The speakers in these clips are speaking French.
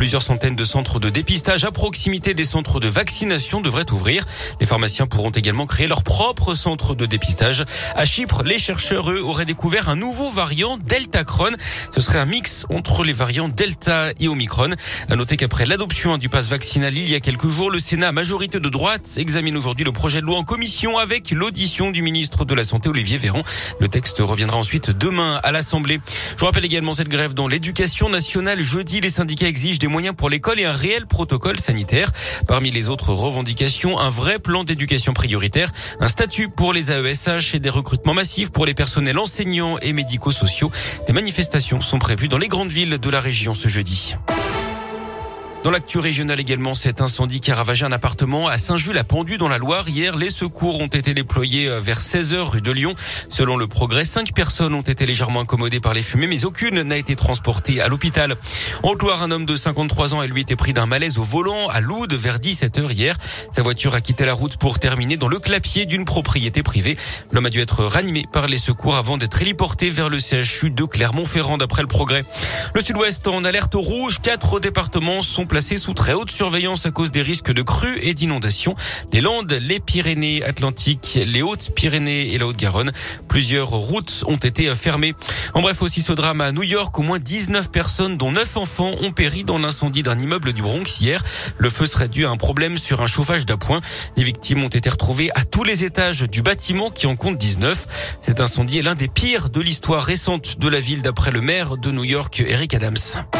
Plusieurs centaines de centres de dépistage à proximité des centres de vaccination devraient ouvrir. Les pharmaciens pourront également créer leur propre centre de dépistage. À Chypre, les chercheurs, eux, auraient découvert un nouveau variant Deltacron. Ce serait un mix entre les variants Delta et Omicron. À noter qu'après l'adoption du pass vaccinal il y a quelques jours, le Sénat, à majorité de droite, examine aujourd'hui le projet de loi en commission avec l'audition du ministre de la Santé, Olivier Véran. Le texte reviendra ensuite demain à l'Assemblée. Je vous rappelle également cette grève dans l'éducation nationale. Jeudi, les syndicats exigent des moyens pour l'école et un réel protocole sanitaire. Parmi les autres revendications, un vrai plan d'éducation prioritaire, un statut pour les AESH et des recrutements massifs pour les personnels enseignants et médico-sociaux. Des manifestations sont prévues dans les grandes villes de la région ce jeudi. Dans l'actu régionale également, cet incendie qui a ravagé un appartement à Saint-Jules-à-Pendu dans la Loire. Hier, les secours ont été déployés vers 16h rue de Lyon. Selon le Progrès, 5 personnes ont été légèrement incommodées par les fumées, mais aucune n'a été transportée à l'hôpital. En Haute-Loire, un homme de 53 ans a lui été pris d'un malaise au volant à Loud vers 17h hier. Sa voiture a quitté la route pour terminer dans le clapier d'une propriété privée. L'homme a dû être ranimé par les secours avant d'être héliporté vers le CHU de Clermont-Ferrand d'après le Progrès. Le Sud-Ouest en alerte rouge. 4 départements sont placés sous très haute surveillance à cause des risques de crues et d'inondations. Les Landes, les Pyrénées-Atlantiques, les Hautes-Pyrénées et la Haute-Garonne. Plusieurs routes ont été fermées. En bref, aussi ce drame à New York. Au moins 19 personnes, dont 9 enfants, ont péri dans l'incendie d'un immeuble du Bronx hier. Le feu serait dû à un problème sur un chauffage d'appoint. Les victimes ont été retrouvées à tous les étages du bâtiment qui en compte 19. Cet incendie est l'un des pires de l'histoire récente de la ville d'après le maire de New York, Eric Adams.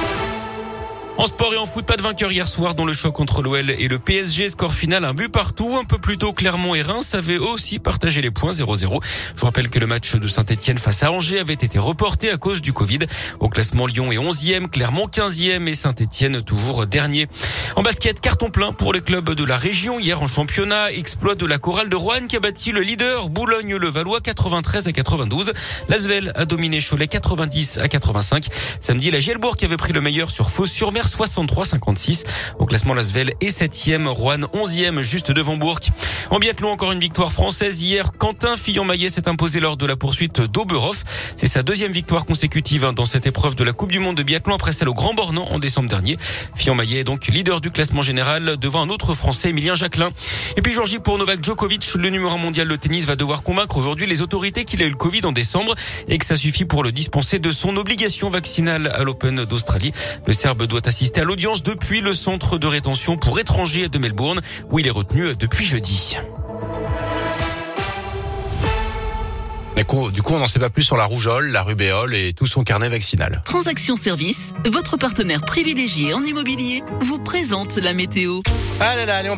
En sport et en foot, pas de vainqueur hier soir dans le choc entre l'OL et le PSG. Score final, un but partout. Un peu plus tôt, Clermont et Reims avaient aussi partagé les points 0-0. Je vous rappelle que le match de Saint-Etienne face à Angers avait été reporté à cause du Covid. Au classement, Lyon est 11e, Clermont 15e et Saint-Etienne toujours dernier. En basket, carton plein pour les clubs de la région. Hier en championnat, exploit de la chorale de Roanne qui a battu le leader Boulogne-le-Valois 93-92. L'Asvel a dominé Cholet 90-85. Samedi, la Gielbourg qui avait pris le meilleur sur Fos-sur-Mer 63-56. Au classement, l'Asvel est 7e, Roanne 11e, juste devant Bourg. En biathlon, encore une victoire française. Hier, Quentin Fillon-Maillet s'est imposé lors de la poursuite d'Oberhof. C'est sa 2e victoire consécutive dans cette épreuve de la Coupe du Monde de biathlon après celle au Grand Bornand en décembre dernier. Fillon-Maillet est donc leader du classement général devant un autre Français, Emilien Jacquelin. Et puis jour J pour Novak Djokovic, le numéro 1 mondial de tennis va devoir convaincre aujourd'hui les autorités qu'il a eu le Covid en décembre et que ça suffit pour le dispenser de son obligation vaccinale à l'Open d'Australie. Le Serbe doit assister à l'audience depuis le centre de rétention pour étrangers de Melbourne où il est retenu depuis jeudi. Du coup, on n'en sait pas plus sur la rougeole, la rubéole et tout son carnet vaccinal. Transaction Service, votre partenaire privilégié en immobilier, vous présente la météo. Ah là là, allez,